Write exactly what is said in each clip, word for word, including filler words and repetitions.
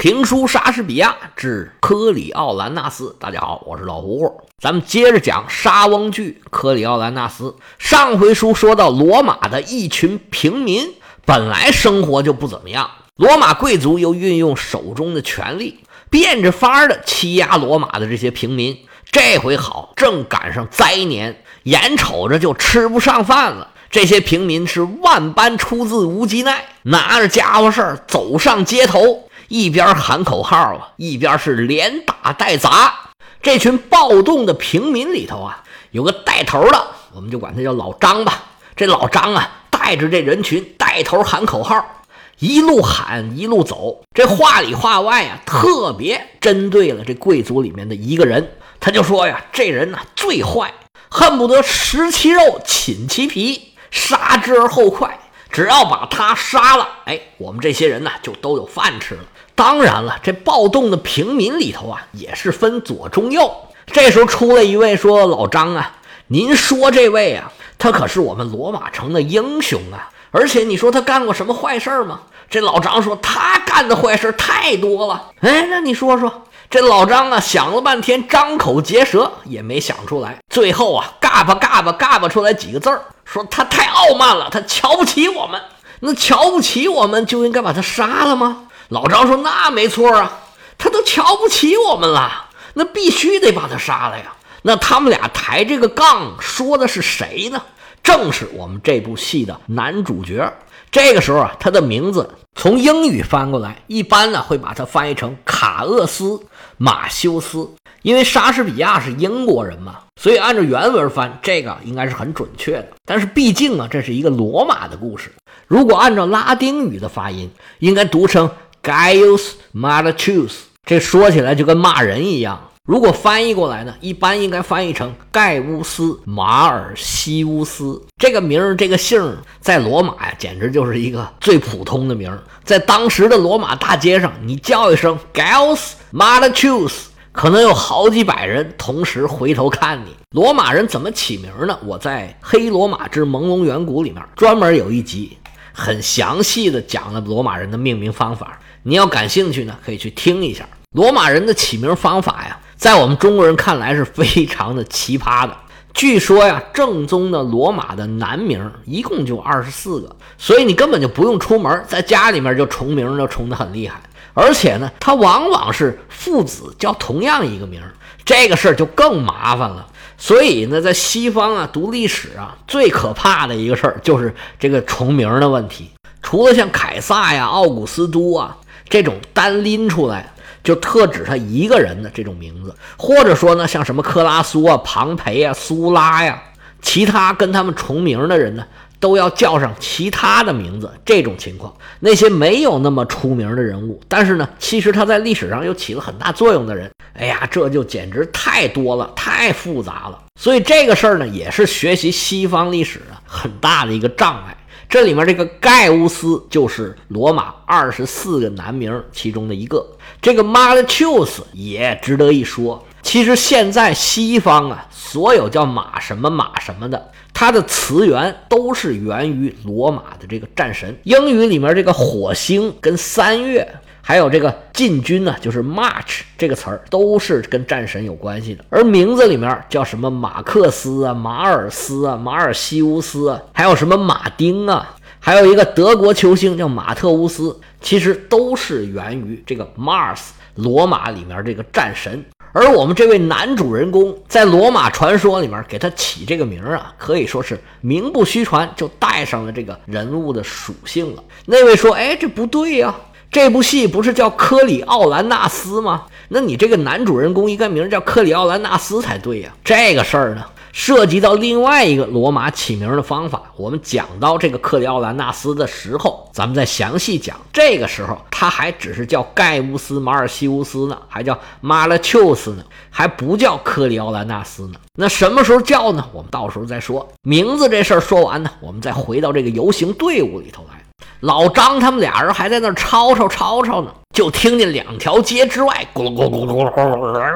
评书莎士比亚之科里奥兰纳斯。大家好，我是老胡胡。咱们接着讲莎翁剧科里奥兰纳斯。上回书说到罗马的一群平民本来生活就不怎么样，罗马贵族又运用手中的权力，变着法儿的欺压罗马的这些平民。这回好，正赶上灾年，眼瞅着就吃不上饭了。这些平民是万般出自无机奈，拿着家伙事儿走上街头，一边喊口号啊，一边是连打带砸。这群暴动的平民里头啊，有个带头的，我们就管他叫老张吧。这老张啊，带着这人群带头喊口号，一路喊一路走。这话里话外啊，特别针对了这贵族里面的一个人。他就说呀，这人呢、啊、最坏，恨不得食其肉寝其皮，杀之而后快。只要把他杀了，哎，我们这些人呢就都有饭吃了。当然了，这暴动的平民里头啊，也是分左中右。这时候出来一位说：“老张啊，您说这位啊，他可是我们罗马城的英雄啊，而且你说他干过什么坏事吗？”这老张说：“他干的坏事太多了。”哎，那你说说。这老张啊，想了半天，张口结舌也没想出来。最后啊，嘎巴嘎巴嘎巴出来几个字儿，说他太傲慢了，他瞧不起我们。那瞧不起我们就应该把他杀了吗？老张说：“那没错啊，他都瞧不起我们了，那必须得把他杀了呀。”那他们俩抬这个杠，说的是谁呢？正是我们这部戏的男主角。这个时候啊，他的名字从英语翻过来，一般呢会把它翻译成卡厄斯马修斯。因为莎士比亚是英国人嘛，所以按照原文翻，这个应该是很准确的。但是毕竟啊，这是一个罗马的故事，如果按照拉丁语的发音，应该读成 Gaius Marcius， 这说起来就跟骂人一样。如果翻译过来呢，一般应该翻译成盖乌斯马尔西乌斯。这个名儿这个姓在罗马呀，简直就是一个最普通的名儿。在当时的罗马大街上，你叫一声 Gaius Marcius， 可能有好几百人同时回头看你。罗马人怎么起名呢？我在《黑罗马之朦胧远古》里面专门有一集很详细的讲了罗马人的命名方法，你要感兴趣呢，可以去听一下。罗马人的起名方法呀，在我们中国人看来是非常的奇葩的。据说呀，正宗的罗马的男名一共就二十四个，所以你根本就不用出门，在家里面就重名就重得很厉害。而且呢，它往往是父子叫同样一个名，这个事儿就更麻烦了。所以呢，在西方啊读历史啊，最可怕的一个事儿就是这个重名的问题。除了像凯撒呀、奥古斯都啊这种单拎出来就特指他一个人的这种名字，或者说呢，像什么克拉苏啊、庞培啊、苏拉呀，其他跟他们重名的人呢，都要叫上其他的名字。这种情况，那些没有那么出名的人物，但是呢，其实他在历史上又起了很大作用的人，哎呀，这就简直太多了，太复杂了。所以这个事儿呢，也是学习西方历史啊很大的一个障碍。这里面这个盖乌斯就是罗马二十四个男名其中的一个，这个 Marcius 也值得一说。其实现在西方啊，所有叫马什么马什么的，它的词源都是源于罗马的这个战神。英语里面这个火星跟三月还有这个进军呢，就是 March 这个词儿都是跟战神有关系的。而名字里面叫什么马克思啊、马尔斯啊、马尔西乌斯啊，还有什么马丁啊，还有一个德国球星叫马特乌斯，其实都是源于这个 Mars 罗马里面这个战神。而我们这位男主人公在罗马传说里面给他起这个名啊，可以说是名不虚传，就带上了这个人物的属性了。那位说，哎，这不对呀、啊，这部戏不是叫科里奥兰纳斯吗？那你这个男主人公应该名叫科里奥兰纳斯才对呀、啊。这个事儿呢，涉及到另外一个罗马起名的方法。我们讲到这个克里奥兰纳斯的时候，咱们再详细讲。这个时候他还只是叫盖乌斯马尔西乌斯呢，还叫马拉丘斯呢，还不叫克里奥兰纳斯呢。那什么时候叫呢？我们到时候再说。名字这事儿说完呢，我们再回到这个游行队伍里头来。老张他们俩人还在那儿吵吵吵吵呢，就听见两条街之外咕噜咕噜咕噜咕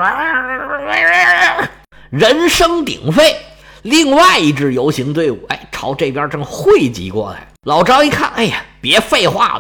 噜人声鼎沸，另外一支游行队伍哎朝这边正汇集过来。老张一看，哎呀，别废话了，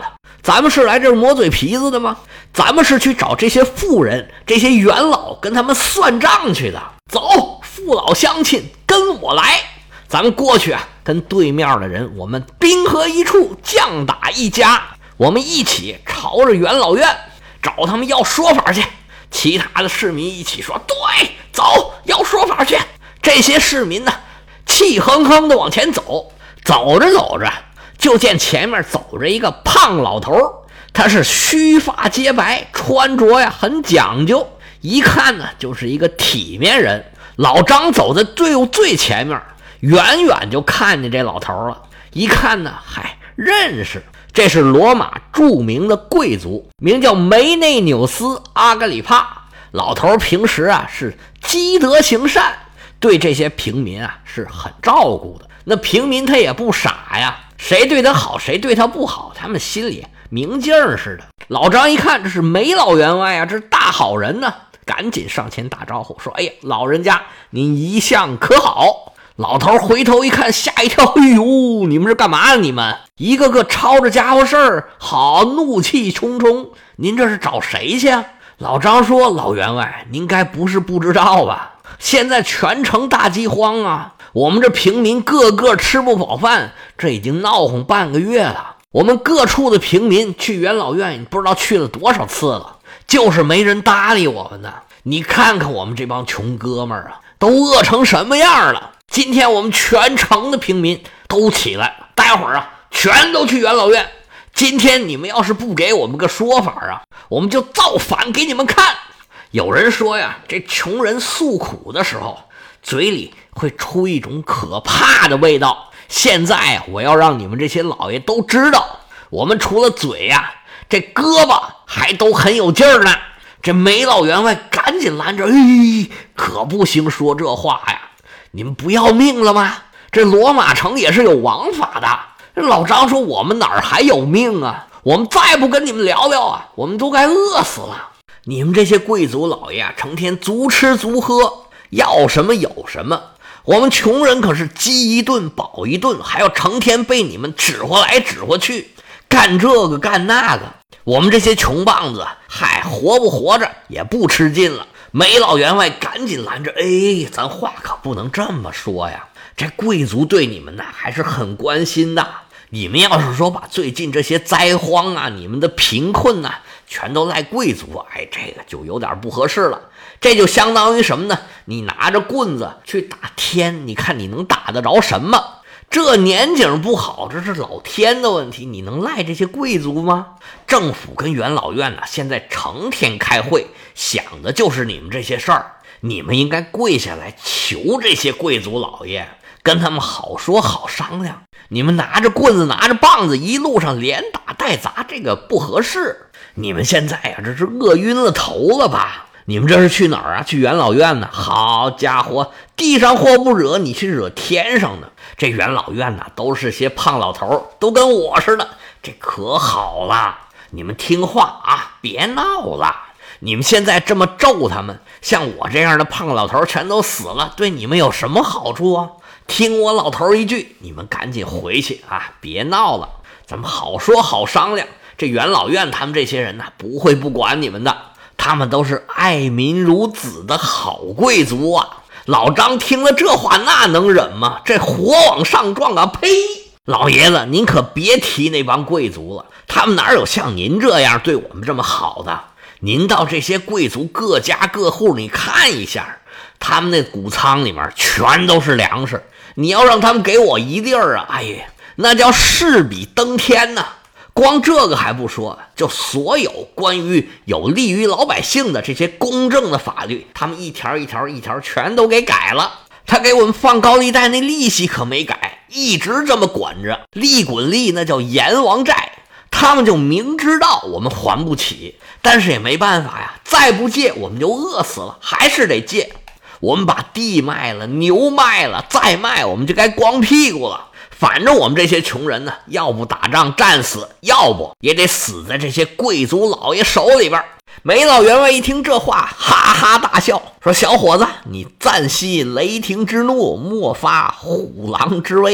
咱们是来这儿磨嘴皮子的吗？咱们是去找这些富人、这些元老，跟他们算账去的。走，父老乡亲，跟我来，咱们过去啊，跟对面的人，我们兵合一处，将打一家，我们一起朝着元老院找他们要说法去。其他的市民一起说：对，走，要说法去。这些市民呢，气哼哼的往前走，走着走着，就见前面走着一个胖老头，他是须发皆白，穿着呀很讲究，一看呢就是一个体面人。老张走在队伍最前面，远远就看见这老头了，一看呢，嗨，认识，这是罗马著名的贵族，名叫梅内纽斯·阿格里帕。老头平时啊是积德行善，对这些平民啊是很照顾的。那平民他也不傻呀，谁对他好谁对他不好，他们心里明镜似的。老张一看这是梅老员外啊，这是大好人呢，赶紧上前打招呼说：哎呀，老人家您一向可好？老头回头一看，吓一跳，哎呦，你们是干嘛呢？你们一个个抄着家伙事儿，好，怒气冲冲，您这是找谁去啊？老张说：老员外，您该不是不知道吧？现在全城大饥荒啊，我们这平民个个吃不饱饭，这已经闹哄半个月了。我们各处的平民去元老院不知道去了多少次了，就是没人搭理我们呢。你看看我们这帮穷哥们儿啊，都饿成什么样了。今天我们全城的平民都起来，待会儿啊全都去元老院。今天你们要是不给我们个说法啊，我们就造反给你们看。有人说呀，这穷人诉苦的时候嘴里会出一种可怕的味道。现在我要让你们这些老爷都知道，我们除了嘴呀，这胳膊还都很有劲儿呢。这梅老员外赶紧拦着：哎，可不行说这话呀，你们不要命了吗？这罗马城也是有王法的。这老张说：我们哪儿还有命啊？我们再不跟你们聊聊啊，我们都该饿死了。你们这些贵族老爷啊，成天足吃足喝，要什么有什么。我们穷人可是饥一顿饱一顿，还要成天被你们指挥来指挥去，干这个干那个。我们这些穷棒子，嗨，活不活着也不吃劲了。梅老员外赶紧拦着：哎，咱话可不能这么说呀，这贵族对你们呢还是很关心的。你们要是说把最近这些灾荒啊，你们的贫困啊，全都赖贵族，哎，这个就有点不合适了。这就相当于什么呢？你拿着棍子去打天，你看你能打得着什么？这年景不好，这是老天的问题，你能赖这些贵族吗？政府跟元老院呢，现在成天开会，想的就是你们这些事儿。你们应该跪下来求这些贵族老爷，跟他们好说好商量。你们拿着棍子拿着棒子一路上连打带砸，这个不合适。你们现在呀、啊，这是饿晕了头了吧？你们这是去哪儿啊？去元老院呢？好家伙，地上祸不惹，你去惹天上呢。这元老院呢，都是些胖老头，都跟我似的，这可好了。你们听话啊，别闹了。你们现在这么咒他们，像我这样的胖老头全都死了，对你们有什么好处啊？听我老头一句，你们赶紧回去啊，别闹了，咱们好说好商量。这元老院他们这些人呢，不会不管你们的，他们都是爱民如子的好贵族啊。老张听了这话，那能忍吗？这火往上撞啊！呸！老爷子，您可别提那帮贵族了，他们哪有像您这样对我们这么好的？您到这些贵族各家各户，你看一下，他们那谷仓里面全都是粮食，你要让他们给我一粒儿啊，哎呀，那叫势比登天呐、啊！光这个还不说，就所有关于有利于老百姓的这些公正的法律，他们一条一条一条全都给改了。他给我们放高利贷那利息可没改，一直这么管着，利滚利，那叫阎王债。他们就明知道我们还不起，但是也没办法呀，再不借我们就饿死了，还是得借。我们把地卖了，牛卖了，再卖我们就该光屁股了。反正我们这些穷人呢，要不打仗战死，要不也得死在这些贵族老爷手里边。梅老员外一听这话，哈哈大笑，说：小伙子，你暂息雷霆之怒，莫发虎狼之威。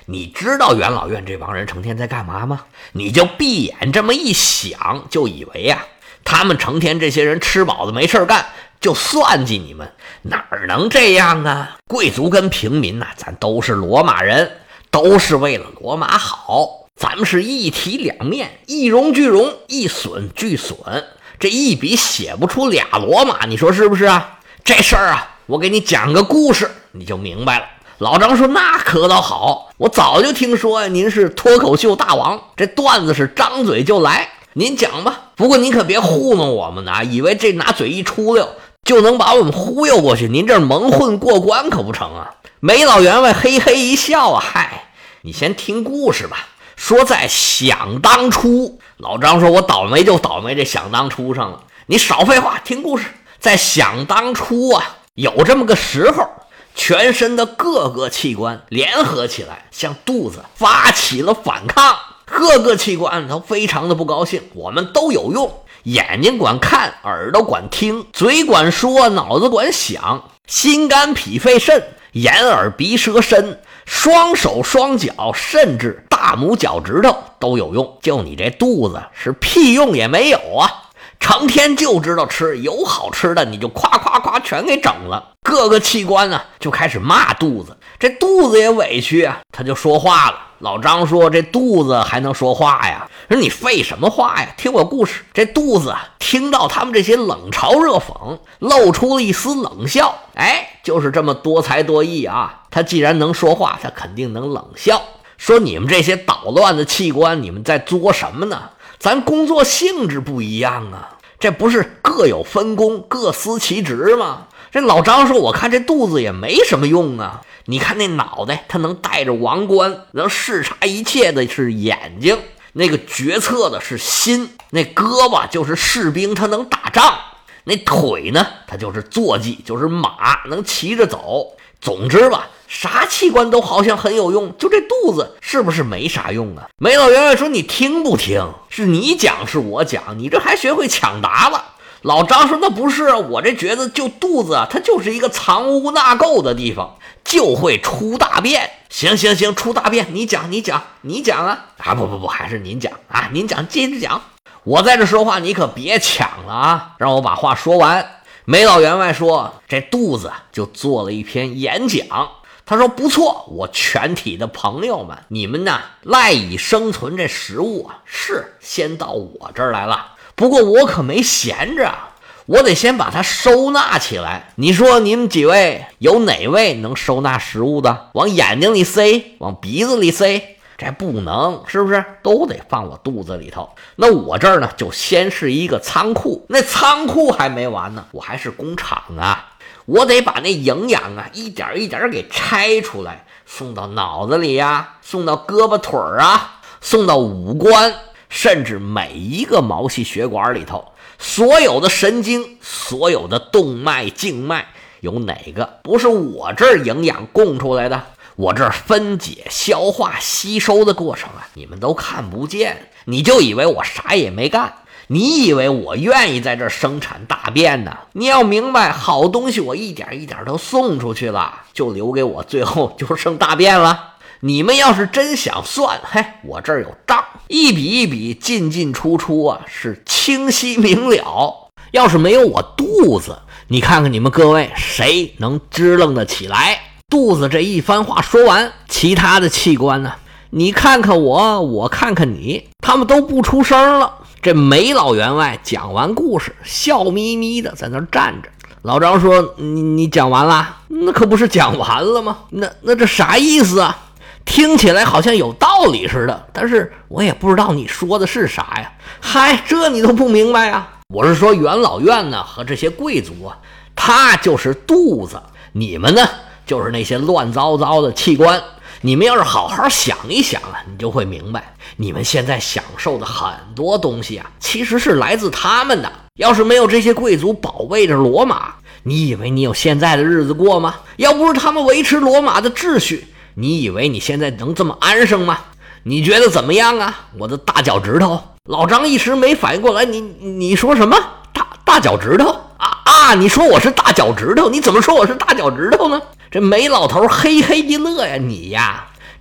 你知道元老院这帮人成天在干嘛吗？你就闭眼这么一想，就以为啊，他们成天这些人吃饱了没事干，就算计你们，哪能这样啊？贵族跟平民呐、啊，咱都是罗马人，都是为了罗马好，咱们是一体两面，一荣俱荣，一损俱损，这一笔写不出俩罗马，你说是不是啊？这事儿啊，我给你讲个故事，你就明白了。老张说：“那可倒好，我早就听说呀，您是脱口秀大王，这段子是张嘴就来，您讲吧。不过您可别糊弄我们呐，以为这拿嘴一出溜就能把我们忽悠过去，您这蒙混过关可不成啊！”梅老员外嘿嘿一笑啊，嗨，你先听故事吧。说在想当初，老张说：“我倒霉就倒霉这想当初上了，你少废话，听故事。在想当初啊，有这么个时候。”全身的各个器官联合起来，向肚子发起了反抗。各个器官都非常的不高兴，我们都有用，眼睛管看，耳朵管听，嘴管说，脑子管想，心肝脾肺肾，眼耳鼻舌身，双手双脚，甚至大拇脚趾头都有用。就你这肚子是屁用也没有啊！成天就知道吃，有好吃的你就夸夸夸全给整了。各个器官呢就开始骂肚子，这肚子也委屈啊，他就说话了。老张说：“这肚子还能说话呀？说你废什么话呀？听我故事。”这肚子啊，听到他们这些冷嘲热讽，露出了一丝冷笑。哎，就是这么多才多艺啊！他既然能说话，他肯定能冷笑。说你们这些捣乱的器官，你们在作什么呢？咱工作性质不一样啊，这不是各有分工，各司其职吗？这老张说：“我看这肚子也没什么用啊，你看那脑袋，它能戴着王冠，能视察一切的是眼睛，那个决策的是心，那胳膊就是士兵，它能打仗，那腿呢，它就是坐骑，就是马，能骑着走。总之吧，啥器官都好像很有用，就这肚子是不是没啥用啊？”梅老员外说：“你听不听？是你讲是我讲，你这还学会抢答了。”老张说：“那不是啊，我这觉得就肚子啊，它就是一个藏污纳垢的地方，就会出大便。行行行，出大便，你讲你讲你讲啊！啊不不不，还是您讲啊，您讲接着讲。我在这说话，你可别抢了啊，让我把话说完。”梅老员外说：“这肚子就做了一篇演讲。他说不错，我全体的朋友们，你们呢赖以生存这食物啊，是先到我这儿来了。不过我可没闲着，我得先把它收纳起来。你说你们几位有哪位能收纳食物的？往眼睛里塞，往鼻子里塞？这不能，是不是？都得放我肚子里头。那我这儿呢，就先是一个仓库，那仓库还没完呢，我还是工厂啊。我得把那营养啊一点一点给拆出来，送到脑子里呀，送到胳膊腿儿啊，送到五官，甚至每一个毛细血管里头，所有的神经，所有的动脉静脉，有哪个不是我这儿营养供出来的？我这儿分解消化吸收的过程啊，你们都看不见，你就以为我啥也没干，你以为我愿意在这儿生产大便呢？你要明白，好东西我一点一点都送出去了，就留给我最后就剩大便了。你们要是真想算，嘿，我这儿有账，一笔一笔进进出出啊，是清晰明了。要是没有我肚子，你看看你们各位谁能支棱得起来？肚子这一番话说完，其他的器官呢，你看看我，我看看你，他们都不出声了。这梅老员外讲完故事，笑眯眯的在那儿站着。老张说：“你你讲完了？那可不是讲完了吗？那那这啥意思啊？听起来好像有道理似的，但是我也不知道你说的是啥呀。嗨，这你都不明白啊？我是说元老院呢和这些贵族啊，他就是肚子，你们呢就是那些乱糟糟的器官。你们要是好好想一想啊，你就会明白，你们现在享受的很多东西啊，其实是来自他们的。要是没有这些贵族保卫着罗马，你以为你有现在的日子过吗？要不是他们维持罗马的秩序，你以为你现在能这么安生吗？你觉得怎么样啊？我的大脚趾头。老张一时没反应过来，你你说什么？大大脚趾头啊啊！你说我是大脚趾头？你怎么说我是大脚趾头呢？这梅老头嘿嘿一乐呀，你呀，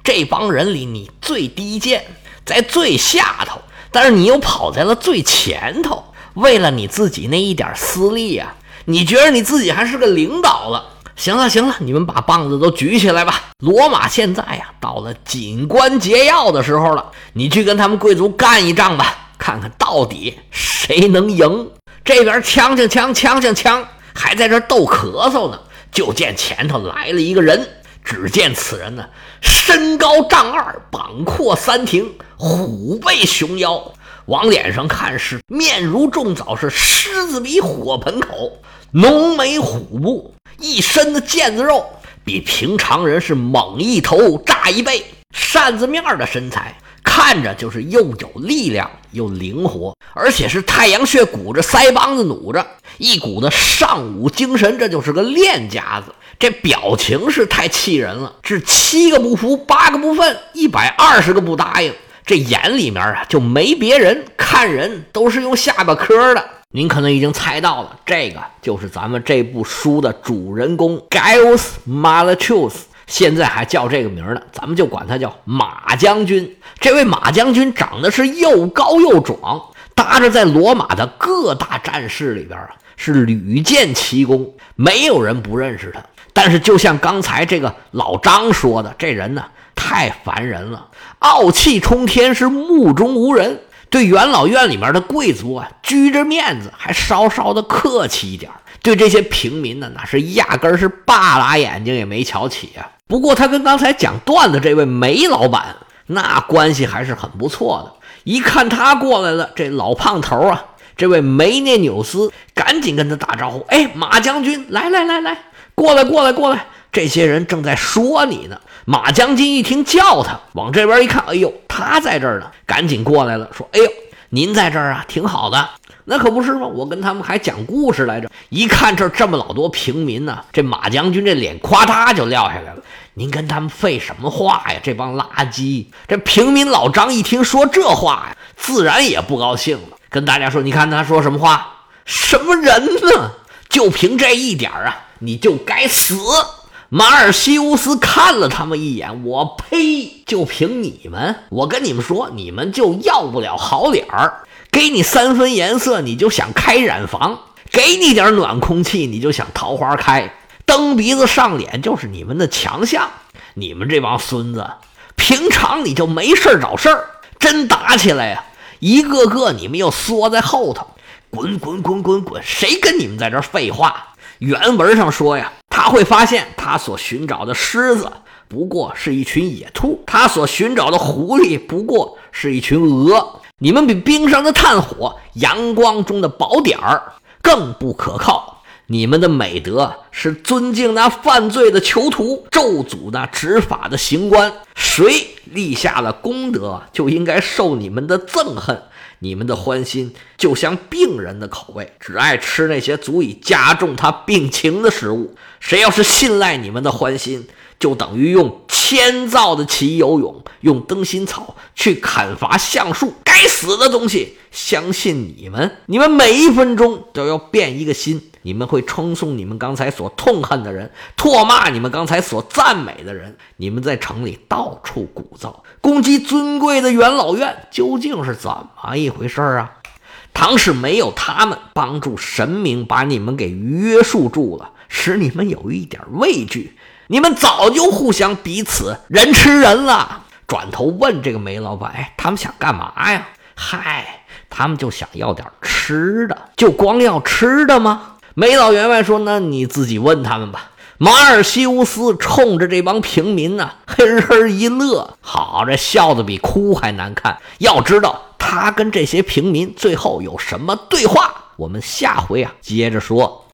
这帮人里你最低贱，在最下头，但是你又跑在了最前头，为了你自己那一点私利啊，你觉得你自己还是个领导了。行了行了，你们把棒子都举起来吧。罗马现在呀，到了紧关节要的时候了，你去跟他们贵族干一仗吧，看看到底谁能赢。这边枪枪枪枪枪枪，还在这斗咳嗽呢，就见前头来了一个人。只见此人呢，身高丈二，膀阔三庭，虎背熊腰，往脸上看是面如重枣，是狮子鼻火盆口，浓眉虎目，一身的腱子肉，比平常人是猛一头炸一倍，扇子面的身材，看着就是又有力量又灵活，而且是太阳穴鼓着，腮帮子努着，一股的上武精神，这就是个练家子。这表情是太气人了，是七个不服八个不忿，一百二十个不答应。这眼里面啊就没别人，看人都是用下巴颏的。您可能已经猜到了，这个就是咱们这部书的主人公 Gaius Marius， 现在还叫这个名呢，咱们就管他叫马将军。这位马将军长得是又高又壮，搭着在罗马的各大战事里边啊是屡建奇功，没有人不认识他。但是就像刚才这个老张说的，这人呢太烦人了，傲气冲天，是目中无人。对元老院里面的贵族啊，拘着面子，还稍稍的客气一点。对这些平民呢，那是压根儿是半拉眼睛也没瞧起啊。不过他跟刚才讲段子这位梅老板，那关系还是很不错的。一看他过来了，这老胖头啊，这位梅涅纽斯赶紧跟他打招呼：“哎，马将军，来来来来，过来过来过来！这些人正在说你呢。”马将军一听叫他，往这边一看，哎呦，他在这儿呢，赶紧过来了，说：“哎呦，您在这儿啊，挺好的。”那可不是吗？我跟他们还讲故事来着。一看这这么老多平民呢，这马将军这脸夸嗒就撂下来了。您跟他们废什么话呀？这帮垃圾！这平民老张一听说这话呀，自然也不高兴了，跟大家说：“你看他说什么话？什么人呢？就凭这一点啊，你就该死！”马尔西乌斯看了他们一眼，我呸！就凭你们，我跟你们说，你们就要不了好脸儿。给你三分颜色，你就想开染房；给你点暖空气，你就想桃花开。蹬鼻子上脸就是你们的强项。你们这帮孙子，平常你就没事找事儿，真打起来呀、啊，一个个你们又缩在后头，滚滚滚滚滚！谁跟你们在这儿废话？原文上说呀，他会发现他所寻找的狮子不过是一群野兔，他所寻找的狐狸不过是一群鹅。你们比冰上的炭火，阳光中的宝点儿更不可靠。你们的美德是尊敬那犯罪的囚徒，咒诅那执法的刑官。谁立下了功德，就应该受你们的憎恨。你们的欢心就像病人的口味，只爱吃那些足以加重他病情的食物。谁要是信赖你们的欢心，就等于用千造的骑游泳，用灯芯草去砍伐橡树。该死的东西！相信你们，你们每一分钟都要变一个心。你们会称颂你们刚才所痛恨的人，唾骂你们刚才所赞美的人。你们在城里到处鼓噪，攻击尊贵的元老院，究竟是怎么一回事啊？倘使没有他们帮助神明把你们给约束住了，使你们有一点畏惧，你们早就互相彼此人吃人了。转头问这个梅老板，哎，他们想干嘛呀？嗨，他们就想要点吃的。就光要吃的吗？梅老员外说，那你自己问他们吧。马尔西乌斯冲着这帮平民呢、啊，嘿嘿一乐，好，这笑得比哭还难看。要知道他跟这些平民最后有什么对话，我们下回啊接着说。